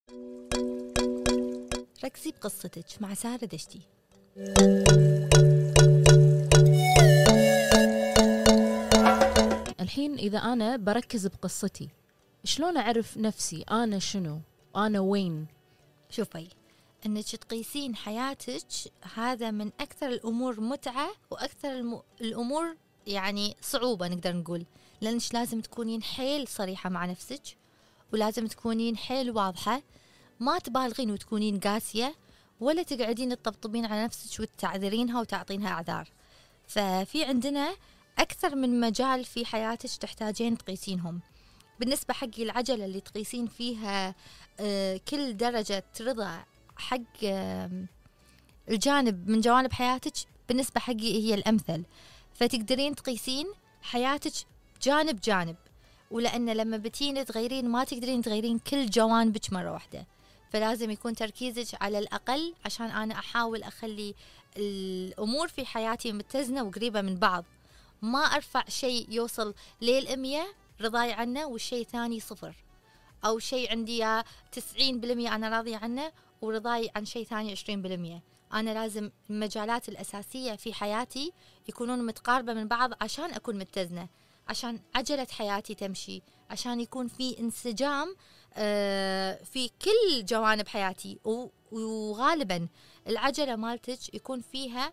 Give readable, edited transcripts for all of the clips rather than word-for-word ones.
ركزي بقصتك مع سارة دشتي. الحين إذا أنا بركز بقصتي، شلون أعرف نفسي أنا شنو، أنا وين؟ شوفي، أنك تقيسين حياتك هذا من أكثر الأمور متعة وأكثر الأمور يعني صعوبة نقدر نقول، لأنك لازم تكونين حيل صريحة مع نفسك، ولازم تكونين حيل واضحة، ما تبالغين وتكونين قاسية، ولا تقعدين تطبطبين على نفسك وتعذرينها وتعطينها أعذار. ففي عندنا أكثر من مجال في حياتك تحتاجين تقيسينهم. بالنسبة حقي العجلة اللي تقيسين فيها كل درجة رضا حق الجانب من جوانب حياتك، بالنسبة حقي هي الأمثل. فتقدرين تقيسين حياتك جانب جانب، ولأن لما بتين تغيرين ما تقدرين تغيرين كل جوانبك مرة واحدة، فلازم يكون تركيزك على الأقل عشان أنا أحاول أخلي الأمور في حياتي متزنة وقريبة من بعض، ما أرفع شيء يوصل لل100 رضاي عنه والشيء ثاني 0، أو شيء عندي 90% أنا راضية عنه ورضاي عن شيء ثاني 20%. أنا لازم المجالات الأساسية في حياتي يكونون متقاربة من بعض عشان أكون متزنة، عشان عجلة حياتي تمشي، عشان يكون في انسجام في كل جوانب حياتي. وغالبا العجلة مالتك يكون فيها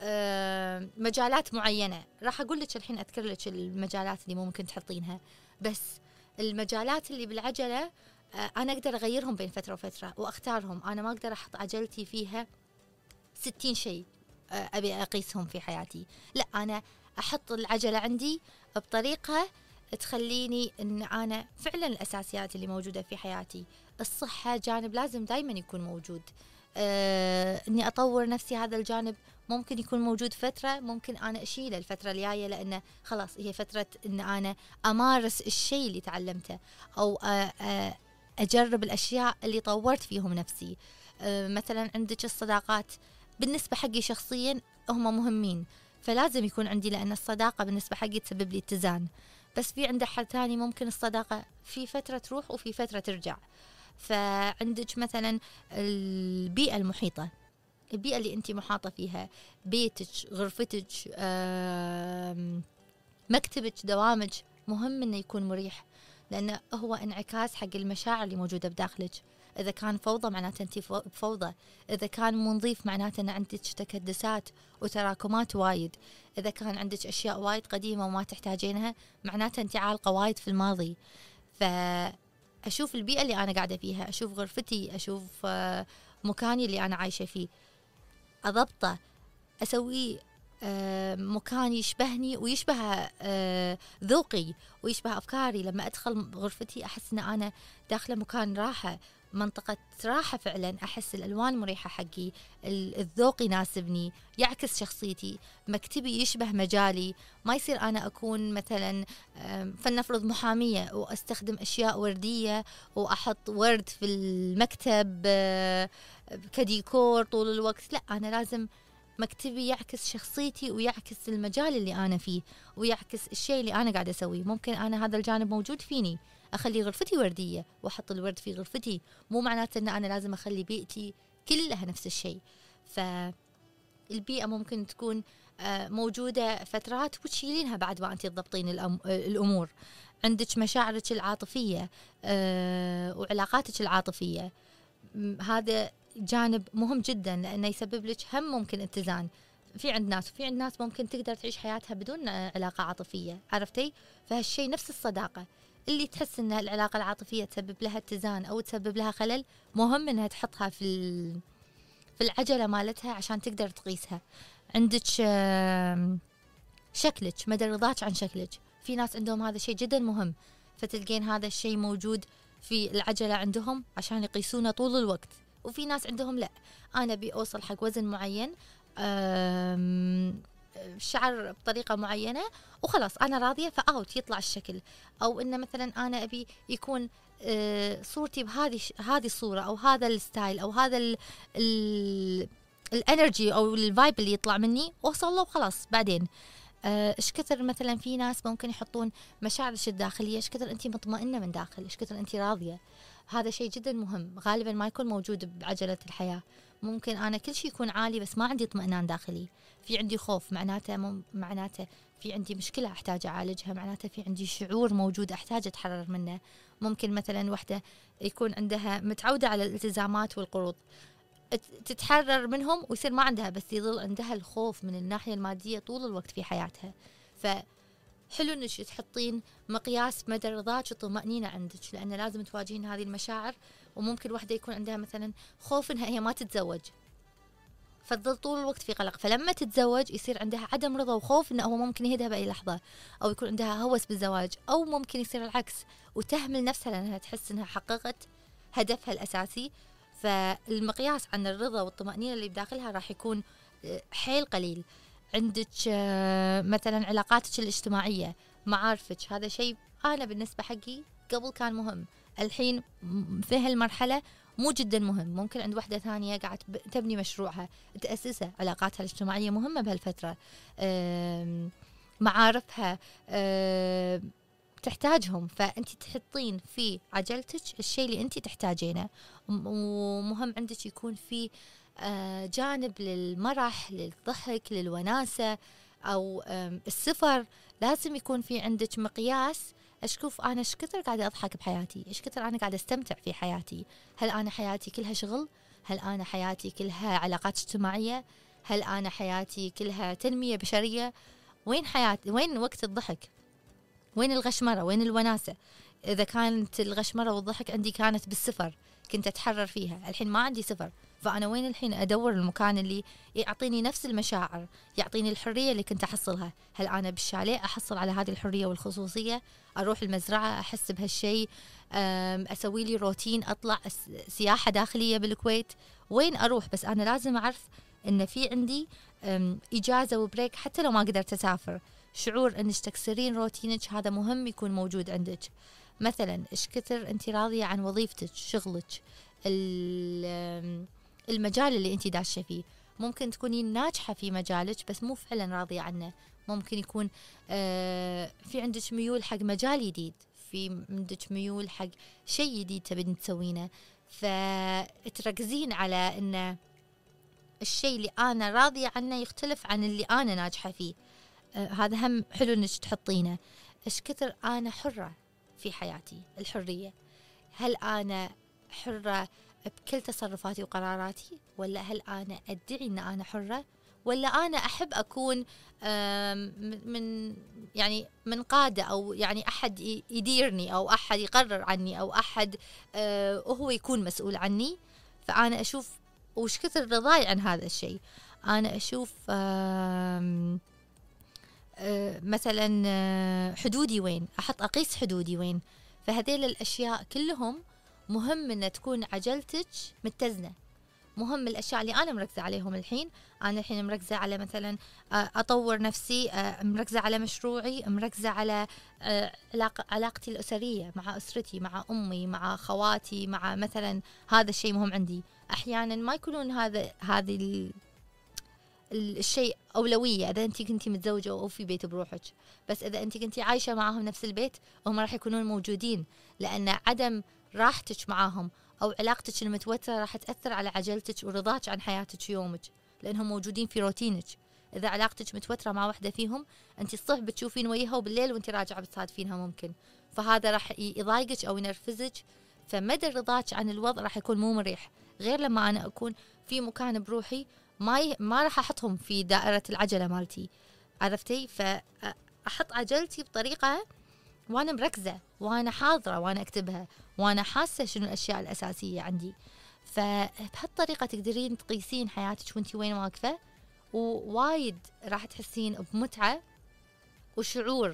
مجالات معينة. راح أقول لك الحين، أذكر لك المجالات اللي ممكن تحطينها، بس المجالات اللي بالعجلة أنا أقدر أغيرهم بين فترة وفترة وأختارهم. أنا ما أقدر أحط عجلتي فيها 60 شيء أبي أقيسهم في حياتي، لا، أنا أحط العجلة عندي بطريقة تخليني أن أنا فعلا الأساسيات اللي موجودة في حياتي، الصحة جانب لازم دايما يكون موجود، أني أطور نفسي، هذا الجانب ممكن يكون موجود فترة، ممكن أنا أشيله الفترة الجاية لأنه خلاص هي فترة أن أنا أمارس الشيء اللي تعلمته، أو أجرب الأشياء اللي طورت فيهم نفسي. مثلا عندك الصداقات، بالنسبة حقي شخصيا هم مهمين، فلازم يكون عندي، لأن الصداقة بالنسبة حقي تسبب لي اتزان. بس في عند حد ثاني ممكن الصداقة في فترة تروح وفي فترة ترجع. فعندك مثلا البيئة المحيطة، البيئة اللي أنت محاطة فيها، بيتك، غرفتك، مكتبك، دوامك، مهم أنه يكون مريح، لأنه هو انعكاس حق المشاعر اللي موجودة بداخلك. إذا كان فوضى معناته أنت بفوضى، إذا كان منظيف معناته أن عندك تكدسات وتراكمات وايد، إذا كان عندك أشياء وايد قديمة وما تحتاجينها معناته أنت عالقة وايد في الماضي. فأشوف البيئة اللي أنا قاعدة فيها، أشوف غرفتي، أشوف مكاني اللي أنا عايشة فيه، أضبطه، أسويه مكان يشبهني ويشبه ذوقي ويشبه أفكاري. لما أدخل غرفتي أحس أن أنا داخلة مكان راحة، منطقة راحة فعلا، أحس الألوان مريحة حقي، الذوق يناسبني، يعكس شخصيتي، مكتبي يشبه مجالي. ما يصير أنا أكون مثلا فلنفرض محامية وأستخدم أشياء وردية وأحط ورد في المكتب كديكور طول الوقت، لا، أنا لازم مكتبي يعكس شخصيتي ويعكس المجال اللي أنا فيه ويعكس الشيء اللي أنا قاعدة أسويه. ممكن أنا هذا الجانب موجود فيني، أخلي غرفتي وردية وأحط الورد في غرفتي، مو معناته أن أنا لازم أخلي بيئتي كلها نفس الشيء. فالبيئة ممكن تكون موجودة فترات وتشيلينها بعد ما أنت تضبطين الأمور. عندك مشاعرك العاطفية وعلاقاتك العاطفية، هذا جانب مهم جدا لأنه يسبب لك هم ممكن اتزان. في عند ناس ممكن تقدر تعيش حياتها بدون علاقة عاطفية، عرفتي؟ فهالشيء نفس الصداقة، اللي تحس ان العلاقة العاطفية تسبب لها اتزان او تسبب لها خلل، مهم انها تحطها في العجلة مالتها عشان تقدر تقيسها. عندك شكلك، مدى رضاك عن شكلك، في ناس عندهم هذا الشيء جدا مهم، فتلقين هذا الشيء موجود في العجلة عندهم عشان يقيسونه طول الوقت. وفي ناس عندهم لا، أنا بيوصل حق وزن معين، شعر بطريقة معينة وخلاص أنا راضية، فأوت يطلع الشكل. أو إنه مثلا أنا أبي يكون صورتي هذه الصورة أو هذا الستايل أو هذا الانرجي أو الفايب اللي يطلع مني، وصل له وخلاص. بعدين ايش كثر مثلا في ناس ممكن يحطون مشاعرك الداخلية، ايش كثر انت مطمئنة من داخل، ايش كثر انت راضية. هذا شيء جدا مهم، غالبا ما يكون موجود بعجلة الحياة. ممكن أنا كل شيء يكون عالي بس ما عندي اطمئنان داخلي، في عندي خوف، معناته في عندي مشكلة أحتاج أعالجها، معناته في عندي شعور موجود أحتاج أتحرر منه. ممكن مثلا وحدة يكون عندها متعودة على الالتزامات والقروض، تتحرر منهم ويصير ما عندها، بس يظل عندها الخوف من الناحية المادية طول الوقت في حياتها. فحلو انك تحطين مقياس مدى رضاك وطمأنينة عندك، لأن لازم تواجهين هذه المشاعر. وممكن وحدة يكون عندها مثلا خوف انها هي ما تتزوج، فتظل طول الوقت في قلق، فلما تتزوج يصير عندها عدم رضا وخوف انه هو ممكن يهدها بأي لحظة، او يكون عندها هوس بالزواج، او ممكن يصير العكس وتهمل نفسها لأنها تحس انها حققت هدفها الأساسي. فالمقياس عن الرضا والطمأنينة اللي بداخلها راح يكون حيل قليل. عندك مثلا علاقاتك الاجتماعية، معارفك، هذا شيء أنا بالنسبة حقي قبل كان مهم، الحين في هالمرحلة مو جدا مهم. ممكن عند وحدة ثانية قاعد تبني مشروعها تأسسه، علاقاتها الاجتماعية مهمة بهالفترة، معارفها تحتاجهم، فأنت تحطين في عجلتك الشيء اللي أنت تحتاجينه. ومهم عندك يكون في جانب للمرح، للضحك، للوناسة، أو السفر. لازم يكون في عندك مقياس، أشوف أنا إيش كثر قاعدة أضحك بحياتي، إيش كثر أنا قاعدة أستمتع في حياتي. هل أنا حياتي كلها شغل؟ هل أنا حياتي كلها علاقات اجتماعية؟ هل أنا حياتي كلها تنمية بشرية؟ وين حياتي؟ وين وقت الضحك؟ وين الغشمرة؟ وين الوناسة؟ إذا كانت الغشمرة والضحك عندي كانت بالسفر كنت أتحرر فيها، الحين ما عندي سفر، فأنا وين الحين أدور المكان اللي يعطيني نفس المشاعر، يعطيني الحرية اللي كنت أحصلها؟ هل أنا بالشاليه أحصل على هذه الحرية والخصوصية؟ أروح المزرعة أحس بهالشيء؟ أسوي لي روتين أطلع سياحة داخلية بالكويت؟ وين أروح؟ بس أنا لازم أعرف إن في عندي إجازة وبريك حتى لو ما قدرت أسافر. شعور انك تكسرين روتينك هذا مهم يكون موجود عندك. مثلا ايش كثر انت راضيه عن وظيفتك، شغلك، المجال اللي انت داشه فيه. ممكن تكونين ناجحه في مجالك بس مو فعلا راضيه عنه. ممكن يكون في عندك ميول حق مجال جديد، في عندك ميول حق شيء جديد تبين تسوينه، فتركزين على ان الشيء اللي انا راضيه عنه يختلف عن اللي انا ناجحه فيه. هذا هم حلو انك تحطينه. ايش كثر انا حرة في حياتي، الحرية. هل انا حرة بكل تصرفاتي وقراراتي، ولا هل انا ادعي ان انا حرة، ولا انا احب اكون من قادة، او يعني احد يديرني، او احد يقرر عني، او احد وهو يكون مسؤول عني. فانا اشوف وش كثر رضاي عن هذا الشيء. انا اشوف مثلا حدودي وين، أقيس حدودي وين. فهذيل الأشياء كلهم مهم أن تكون عجلتك متزنة. مهم الأشياء اللي أنا مركزة عليهم الحين. أنا الحين مركزة على مثلا أطور نفسي، مركزة على مشروعي، مركزة على علاقتي الأسرية مع أسرتي، مع أمي، مع خواتي، مع مثلا هذا الشيء مهم عندي. أحيانا ما يكونون هذه الشيء أولوية إذا أنت كنتي متزوجة أو في بيت بروحك، بس إذا أنت كنتي عايشة معهم نفس البيت هم راح يكونون موجودين، لأن عدم راحتك معهم أو علاقتك المتوترة راح تأثر على عجلتك ورضاك عن حياتك يومك، لأنهم موجودين في روتينك. إذا علاقتك متوترة مع واحدة فيهم أنت الصبح بتشوفين وياها وبالليل وأنت راجعة بتصادفينها ممكن، فهذا راح يضايقك أو ينرفزك. فمدى رضاك عن الوضع راح يكون مو مريح. غير لما أنا أكون في مكان بروحي ما راح أحطهم في دائرة العجلة مالتي، عرفتي؟ فأحط عجلتي بطريقة وأنا مركزة، وأنا حاضرة، وأنا أكتبها، وأنا حاسة شنو الأشياء الأساسية عندي. فبهالطريقة تقدرين تقيسين حياتك وانتي وين واقفة، ووايد راح تحسين بمتعة وشعور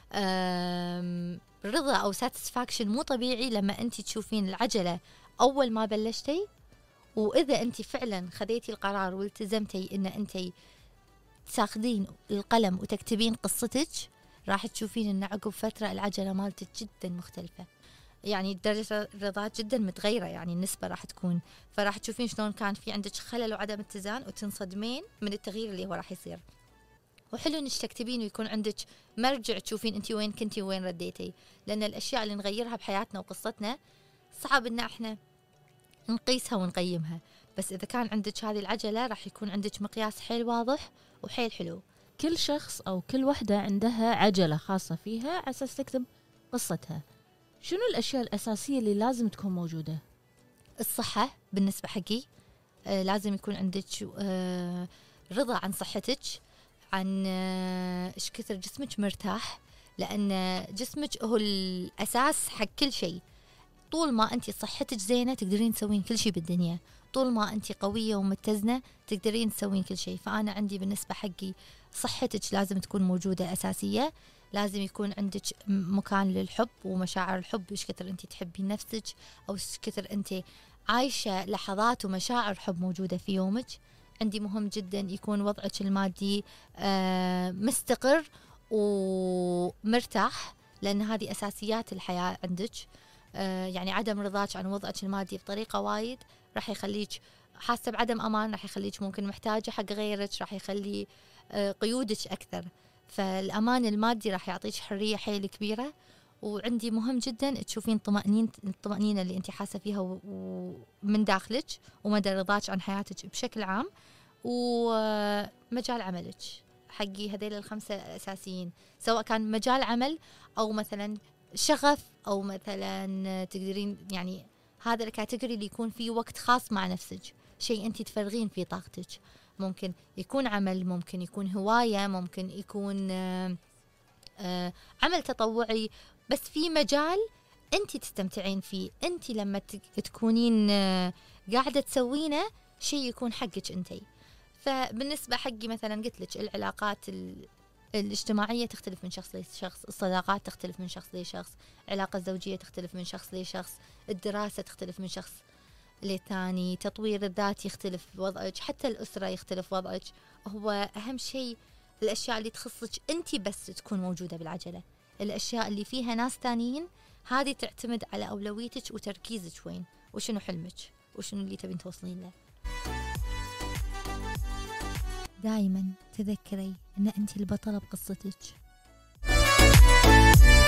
رضا أو ساتسفاكشن مو طبيعي لما أنتي تشوفين العجلة أول ما بلشتي. وإذا أنت فعلا خذيتي القرار والتزمتي إن أنت تاخذين القلم وتكتبين قصتك، راح تشوفين إن عقب فترة العجلة مالتك جدا مختلفة، يعني درجة الرضا جدا متغيرة، يعني النسبة راح تكون. فراح تشوفين شلون كان في عندك خلل وعدم اتزان، وتنصدمين من التغيير اللي هو راح يصير. وحلو إنك تكتبين ويكون عندك مرجع تشوفين أنت وين كنتي وين رديتي، لأن الأشياء اللي نغيرها بحياتنا وقصتنا صعب إن إحنا نقيسها ونقيمها. بس إذا كان عندك هذه العجلة راح يكون عندك مقياس حيل واضح وحيل حلو. كل شخص أو كل وحدة عندها عجلة خاصة فيها على أساس تكتب قصتها. شنو الأشياء الأساسية اللي لازم تكون موجودة؟ الصحة بالنسبة حقي، لازم يكون عندك رضا عن صحتك، عن إيش كثر جسمك مرتاح، لأن جسمك هو الأساس حق كل شيء. طول ما أنت صحتك زينة تقدرين تسوين كل شيء بالدنيا، طول ما أنت قوية ومتزنة تقدرين تسوين كل شيء. فأنا عندي بالنسبة حقي صحتك لازم تكون موجودة أساسية. لازم يكون عندك مكان للحب ومشاعر الحب، إيش كثر أنت تحبين نفسك، أو إيش كثر أنت عايشة لحظات ومشاعر حب موجودة في يومك. عندي مهم جدا يكون وضعك المادي مستقر ومرتاح، لأن هذه أساسيات الحياة عندك. يعني عدم رضاك عن وضعك المادي بطريقة وايد راح يخليك حاسة بعدم أمان، راح يخليك ممكن محتاجة حق غيرك، راح يخلي قيودك أكثر. فالأمان المادي راح يعطيك حرية حيل كبيرة. وعندي مهم جدا تشوفين الطمأنينة اللي أنت حاسة فيها ومن داخلك، ومدى رضاك عن حياتك بشكل عام، ومجال عملك حقي. هذيل الخمسة الأساسيين، سواء كان مجال عمل أو مثلا شغف، أو مثلا تقدرين يعني هذا الكاتيجوري اللي يكون فيه وقت خاص مع نفسك، شيء أنت تفرغين فيه طاقتك. ممكن يكون عمل، ممكن يكون هواية، ممكن يكون عمل تطوعي، بس في مجال أنت تستمتعين فيه. أنت لما تكونين قاعدة تسوينه شيء يكون حقك أنتي. فبالنسبة حقي مثلا قلت لك العلاقات الاجتماعية تختلف من شخص لشخص، الصداقات تختلف من شخص لشخص، العلاقة الزوجية تختلف من شخص لشخص، الدراسة تختلف من شخص لثاني، تطوير الذات يختلف وضعك، حتى الأسرة يختلف وضعك. هو أهم شيء الأشياء اللي تخصك أنت بس تكون موجودة بالعجلة. الأشياء اللي فيها ناس تانيين هذه تعتمد على أولويتك وتركيزك وين، وشنو حلمك، وشنو اللي تبين توصلين له. دائما تذكري أن أنت البطلة بقصتك.